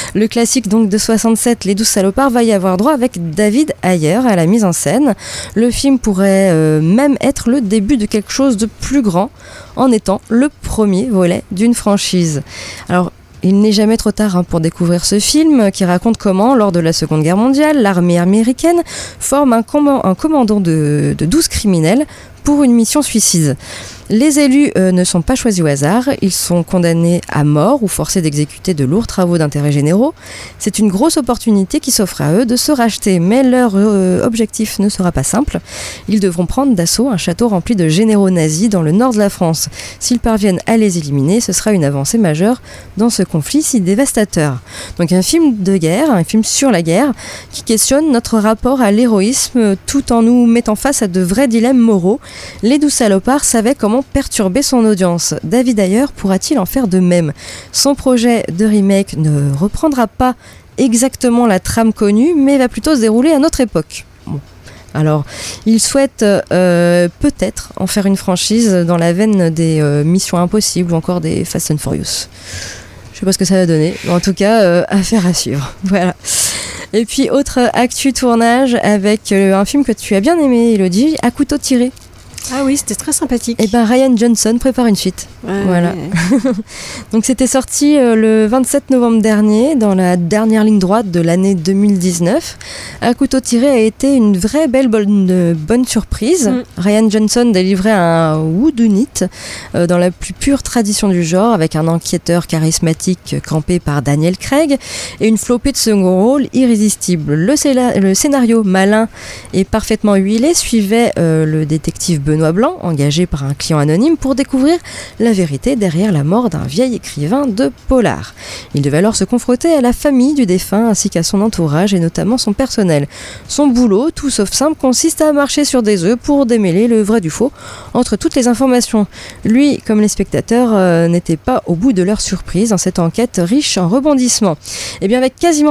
Le classique donc de 67, Les 12 salopards, va y avoir droit avec David Ayer à la mise en scène. Le film pourrait même être le début de quelque chose de plus grand en étant le premier volet d'une franchise. Alors, il n'est jamais trop tard pour découvrir ce film qui raconte comment, lors de la Seconde Guerre mondiale, l'armée américaine forme un commandant de 12 criminels pour une mission suicide. Les élus ne sont pas choisis au hasard, ils sont condamnés à mort ou forcés d'exécuter de lourds travaux d'intérêt généraux. C'est une grosse opportunité qui s'offre à eux de se racheter, mais leur objectif ne sera pas simple. Ils devront prendre d'assaut un château rempli de généraux nazis dans le nord de la France. S'ils parviennent à les éliminer, ce sera une avancée majeure dans ce conflit si dévastateur. Donc un film de guerre, un film sur la guerre, qui questionne notre rapport à l'héroïsme tout en nous mettant face à de vrais dilemmes moraux. Les 12 salopards savaient comment perturber son audience. David Ayer pourra-t-il en faire de même ? Son projet de remake ne reprendra pas exactement la trame connue, mais va plutôt se dérouler à notre époque. Bon. Alors, il souhaite peut-être en faire une franchise dans la veine des Missions Impossibles ou encore des Fast and Furious. Je sais pas ce que ça va donner, mais en tout cas, affaire à suivre. Voilà. Et puis, autre actu tournage avec un film que tu as bien aimé, Elodie, À couteau tiré. Ah oui, c'était très sympathique. Et ben Rian Johnson prépare une suite. Ouais, voilà. Ouais. Donc c'était sorti le 27 novembre dernier, dans la dernière ligne droite de l'année 2019. À couteau tiré a été une vraie belle bonne surprise. Rian Johnson délivrait un whodunit dans la plus pure tradition du genre, avec un enquêteur charismatique campé par Daniel Craig et une flopée de second rôle irrésistible. Le scénario malin et parfaitement huilé suivait le détective Benoît Blanc, engagé par un client anonyme pour découvrir la vérité derrière la mort d'un vieil écrivain de polar. Il devait alors se confronter à la famille du défunt ainsi qu'à son entourage et notamment son personnel. Son boulot, tout sauf simple, consiste à marcher sur des œufs pour démêler le vrai du faux entre toutes les informations. Lui, comme les spectateurs, n'étaient pas au bout de leur surprise dans cette enquête riche en rebondissements. Et bien avec quasiment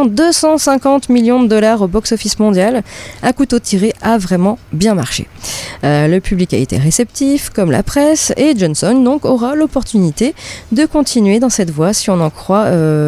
250 millions de dollars au box-office mondial, À couteau tiré a vraiment bien marché. Le public a été réceptif, comme la presse, et Johnson donc aura l'opportunité de continuer dans cette voie si on en croit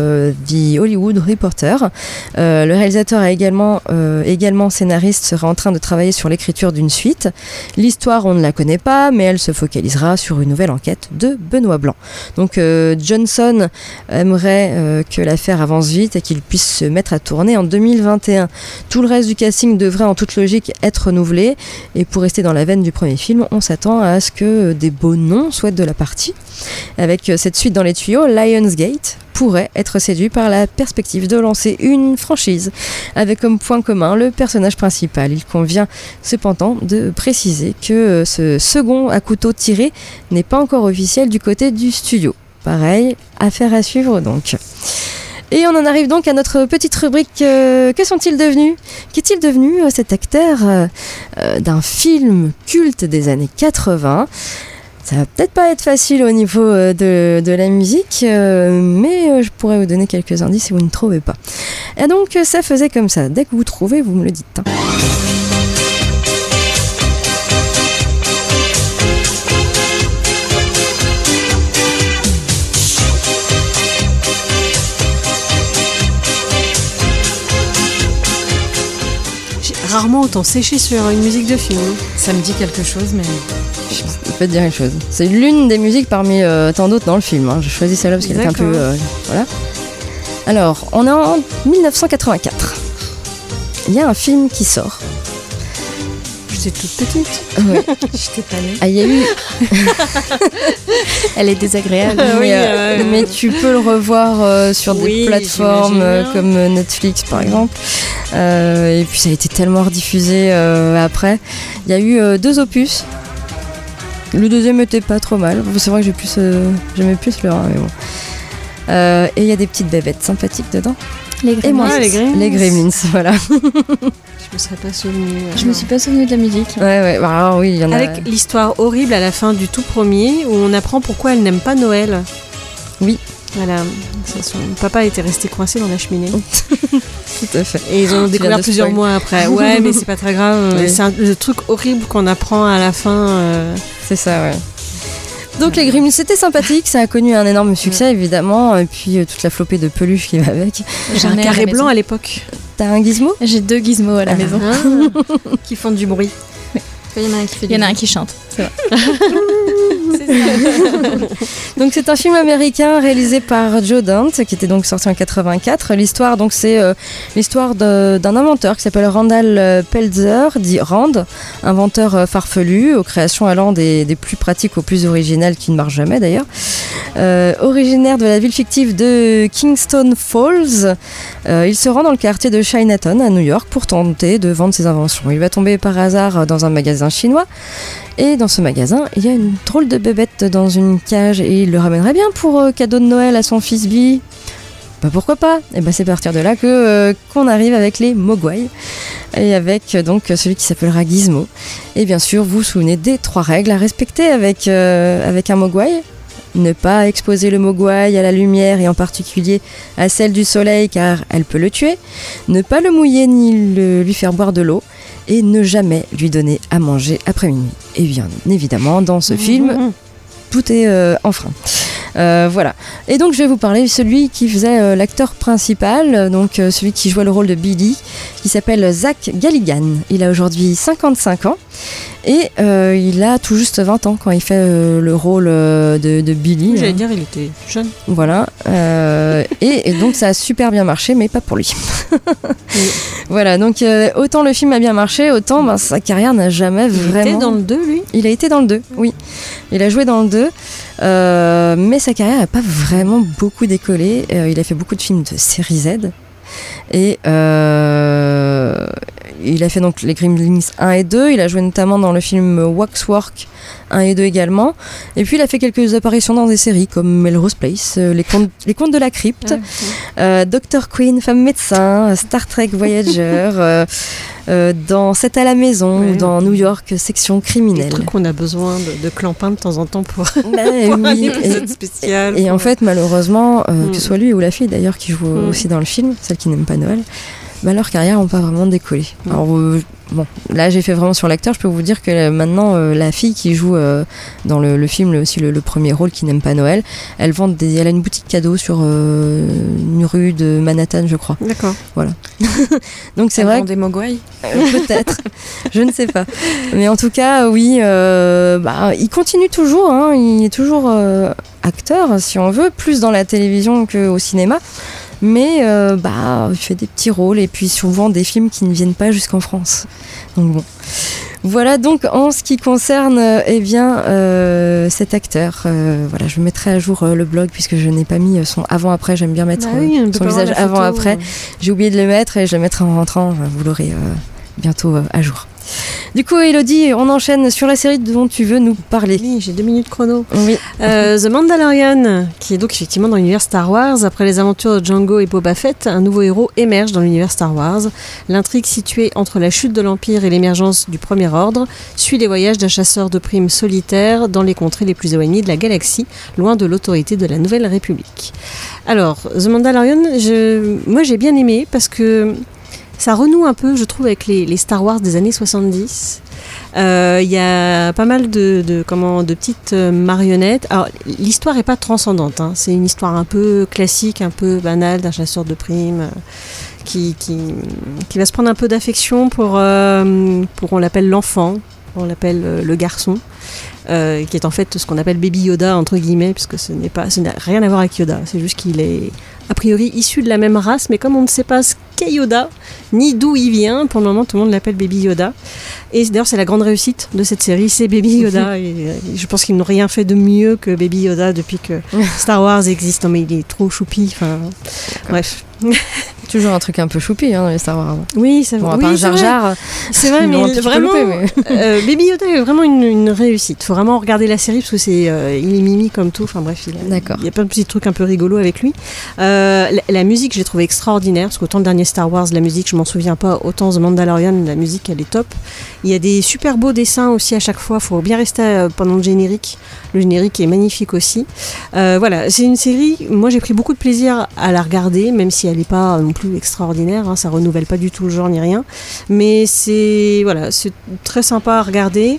The Hollywood Reporter. Le réalisateur a également scénariste, sera en train de travailler sur l'écriture d'une suite. L'histoire, on ne la connaît pas, mais elle se focalisera sur une nouvelle enquête de Benoît Blanc. Donc Johnson aimerait que l'affaire avance vite et qu'il puisse se mettre à tourner en 2021. Tout le reste du casting devrait en toute logique être renouvelé, et pour rester dans la veine du premier film, on s'attend à ce que des beaux noms soient de la partie. Avec cette suite dans les tuyaux, Lionsgate pourrait être séduit par la perspective de lancer une franchise avec comme point commun le personnage principal. Il convient cependant de préciser que ce second À couteau tiré n'est pas encore officiel du côté du studio. Pareil, affaire à suivre donc. Et on en arrive donc à notre petite rubrique que sont-ils devenus ? Qu'est-il devenu cet acteur d'un film culte des années 80 ? Ça va peut-être pas être facile au niveau de la musique, mais je pourrais vous donner quelques indices si vous ne trouvez pas. Et donc ça faisait comme ça. Dès que vous trouvez, vous me le dites. Rarement autant séché sur une musique de film. Ça me dit quelque chose, mais je peux te dire une chose. C'est l'une des musiques parmi tant d'autres dans le film. J'ai choisi celle-là parce qu'elle est un peu... voilà. Alors, on est en 1984. Il y a un film qui sort. J'étais toute petite. Ouais. J'étais pas née. Ah, il y a eu... Elle est désagréable. Mais tu peux le revoir sur des plateformes comme Netflix par exemple. Et puis ça a été tellement rediffusé après. Il y a eu 2 opus. Le deuxième était pas trop mal. C'est vrai que j'aimais plus le 1, mais bon. Et il y a des petites bébêtes sympathiques dedans. Les Gremlins. Les Gremlins, voilà. Je me serais pas souvenue. Je me suis pas souvenue de la musique. Ouais. Alors, oui, il y en a. Avec l'histoire horrible à la fin du tout premier où on apprend pourquoi elle n'aime pas Noël. Oui. Voilà. Son papa était resté coincé dans la cheminée. Tout à fait. Et ils ont découvert plusieurs mois après. Ouais, mais c'est pas très grave. Oui. C'est le truc horrible qu'on apprend à la fin. C'est ça, ouais. Donc les Gremlins, c'était sympathique, ça a connu un énorme succès évidemment, et puis toute la flopée de peluches qui va avec. J'ai un carré blanc à l'époque. T'as un gizmo ? J'ai 2 gizmos à la maison. Qui font du bruit. Il y en a un qui fait Il y en a un qui chante, c'est vrai. Donc c'est un film américain réalisé par Joe Dante qui était donc sorti en 84. L'histoire donc c'est l'histoire d'un inventeur qui s'appelle Randall Peltzer, dit Rand, inventeur farfelu aux créations allant des plus pratiques aux plus originales qui ne marchent jamais d'ailleurs. Originaire de la ville fictive de Kingston Falls, il se rend dans le quartier de Chinatown à New York pour tenter de vendre ses inventions. Il va tomber par hasard dans un magasin chinois. Et dans ce magasin, il y a une drôle de bébête dans une cage et il le ramènerait bien pour cadeau de Noël à son fils Billy. Bah pourquoi pas ? Et bah c'est à partir de là qu'on arrive avec les Mogwai et avec donc celui qui s'appellera Gizmo. Et bien sûr, vous vous souvenez des 3 règles à respecter avec un Mogwai. Ne pas exposer le Mogwai à la lumière et en particulier à celle du soleil car elle peut le tuer. Ne pas le mouiller ni lui faire boire de l'eau. Et ne jamais lui donner à manger après minuit. Et bien évidemment, dans ce film, tout est enfreint. Voilà. Et donc je vais vous parler de celui qui faisait l'acteur principal, donc celui qui jouait le rôle de Billy, qui s'appelle Zach Galligan. Il a aujourd'hui 55 ans. Et il a tout juste 20 ans quand il fait le rôle de Billy. J'allais dire, il était jeune. Voilà. Et donc ça a super bien marché, mais pas pour lui. Voilà, donc autant le film a bien marché, autant sa carrière n'a jamais vraiment... Il était dans le 2, lui ? Il a été dans le 2, oui. Il a joué dans le 2, mais sa carrière n'a pas vraiment beaucoup décollé. Il a fait beaucoup de films de série Z. Et il a fait donc les Gremlins 1 et 2, il a joué notamment dans le film Waxwork 1 et 2 également, et puis il a fait quelques apparitions dans des séries comme Melrose Place, les contes de la crypte, Dr. Queen, femme médecin, Star Trek Voyager, dans 7 à la maison, ou dans New York, section criminelle. Des trucs qu'on a besoin de clampin de temps en temps pour oui, épisode spécial. Et en fait, malheureusement, que ce soit lui ou la fille d'ailleurs qui joue aussi dans le film, celle qui n'aime pas Noël, leurs carrières n'ont pas vraiment décollé. Alors, bon, là j'ai fait vraiment sur l'acteur, je peux vous dire que maintenant la fille qui joue dans le film, aussi le premier rôle, qui n'aime pas Noël, elle a une boutique cadeau sur une rue de Manhattan, je crois. D'accord. Voilà. Donc c'est vrai. Des Mogwai peut-être, je ne sais pas. Mais en tout cas, oui, il continue toujours, hein, il est toujours acteur, si on veut, plus dans la télévision qu'au cinéma. Mais il fait des petits rôles et puis souvent des films qui ne viennent pas jusqu'en France. Donc bon. Voilà donc en ce qui concerne cet acteur. Voilà, je mettrai à jour le blog puisque je n'ai pas mis son avant-après. J'aime bien mettre son visage avant-après. J'ai oublié de le mettre et je le mettrai en rentrant. Vous l'aurez bientôt à jour. Du coup, Elodie, on enchaîne sur la série dont tu veux nous parler. Oui, j'ai 2 minutes chrono. Oui. The Mandalorian, qui est donc effectivement dans l'univers Star Wars. Après les aventures de Jango et Boba Fett, un nouveau héros émerge dans l'univers Star Wars. L'intrigue située entre la chute de l'Empire et l'émergence du Premier Ordre suit les voyages d'un chasseur de primes solitaire dans les contrées les plus éloignées de la galaxie, loin de l'autorité de la Nouvelle République. Alors, The Mandalorian, moi j'ai bien aimé parce que ça renoue un peu, je trouve, avec les Star Wars des années 70. Il y a pas mal de petites marionnettes. Alors, l'histoire n'est pas transcendante, hein. C'est une histoire un peu classique, un peu banale d'un chasseur de primes qui va se prendre un peu d'affection pour on l'appelle l'enfant, on l'appelle le garçon. Qui est en fait ce qu'on appelle Baby Yoda entre guillemets, puisque ce n'a rien à voir avec Yoda, c'est juste qu'il est a priori issu de la même race, mais comme on ne sait pas ce qu'est Yoda ni d'où il vient, pour le moment tout le monde l'appelle Baby Yoda. Et d'ailleurs c'est la grande réussite de cette série, c'est Baby Yoda. Et je pense qu'ils n'ont rien fait de mieux que Baby Yoda depuis que Star Wars existe. Non mais il est trop choupi, enfin bref. Toujours un truc un peu choupi dans les Star Wars. Oui, c'est vrai. Bon, à part Jar Jar, c'est vrai, mais vraiment, Baby Yoda est vraiment une réussite. Il faut vraiment regarder la série parce que il est mimi comme tout. Enfin bref, il y a plein de petits trucs un peu rigolos avec lui. La musique, j'ai trouvé extraordinaire parce qu'autant le dernier Star Wars, la musique, je m'en souviens pas. Autant The Mandalorian, la musique, elle est top. Il y a des super beaux dessins aussi à chaque fois. Faut bien rester pendant le générique. Le générique est magnifique aussi. Voilà, c'est une série. Moi, j'ai pris beaucoup de plaisir à la regarder, même si elle n'est pas non plus extraordinaire, hein, ça renouvelle pas du tout le genre ni rien, mais c'est très sympa à regarder.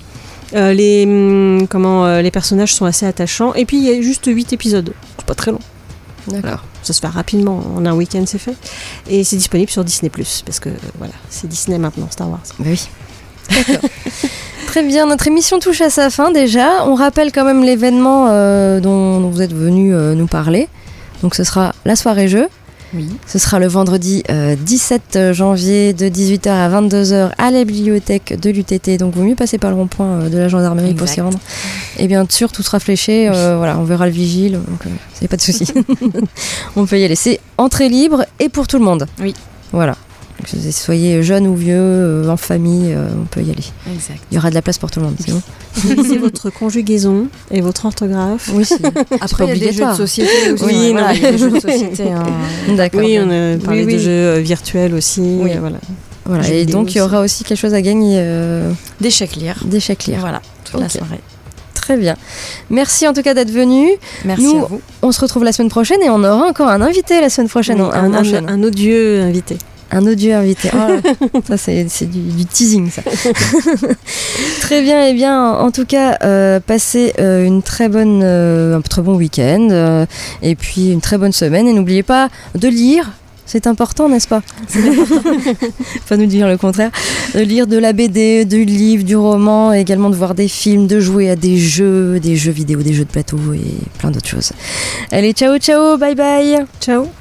Les personnages sont assez attachants. Et puis il y a juste 8 épisodes. C'est pas très long. D'accord. Voilà. Ça se fait rapidement. En un week-end, c'est fait. Et c'est disponible sur Disney+. Parce que voilà, c'est Disney maintenant, Star Wars. Bah oui. D'accord. Très bien, notre émission touche à sa fin déjà. On rappelle quand même l'événement dont vous êtes venus nous parler. Donc ce sera la soirée jeu. Oui. Ce sera le vendredi 17 janvier de 18h à 22h à la bibliothèque de l'UTT. Donc vaut mieux passer par le rond-point de la gendarmerie pour s'y rendre. Et bien sûr, tout sera fléché. Voilà, on verra le vigile. Donc c'est pas de souci. On peut y aller. C'est entrée libre et pour tout le monde. Oui. Voilà. Que vous soyez jeune ou vieux, en famille, on peut y aller. Exact. Il y aura de la place pour tout le monde, c'est bon. Lisez votre conjugaison et votre orthographe. Oui, après, il y a des jeux de société aussi. Oui, voilà, il y a des jeux de société. D'accord. Oui, on a parlé de jeux virtuels aussi. Oui. Voilà. Et donc, il y aura aussi quelque chose à gagner. Des chèques lire. Voilà, toute la soirée. Très bien. Merci en tout cas d'être venu. Merci à vous. On se retrouve la semaine prochaine et on aura encore un invité la semaine prochaine. Oui, un odieux invité. Un odieux invité. Oh, ça, c'est du teasing, ça. Très bien. Eh bien, en tout cas, passez un très bon week-end et puis une très bonne semaine. Et n'oubliez pas de lire. C'est important, n'est-ce pas? Pas nous dire le contraire. De lire de la BD, du livre, du roman, et également de voir des films, de jouer à des jeux vidéo, des jeux de plateau et plein d'autres choses. Allez, ciao, bye bye. Ciao.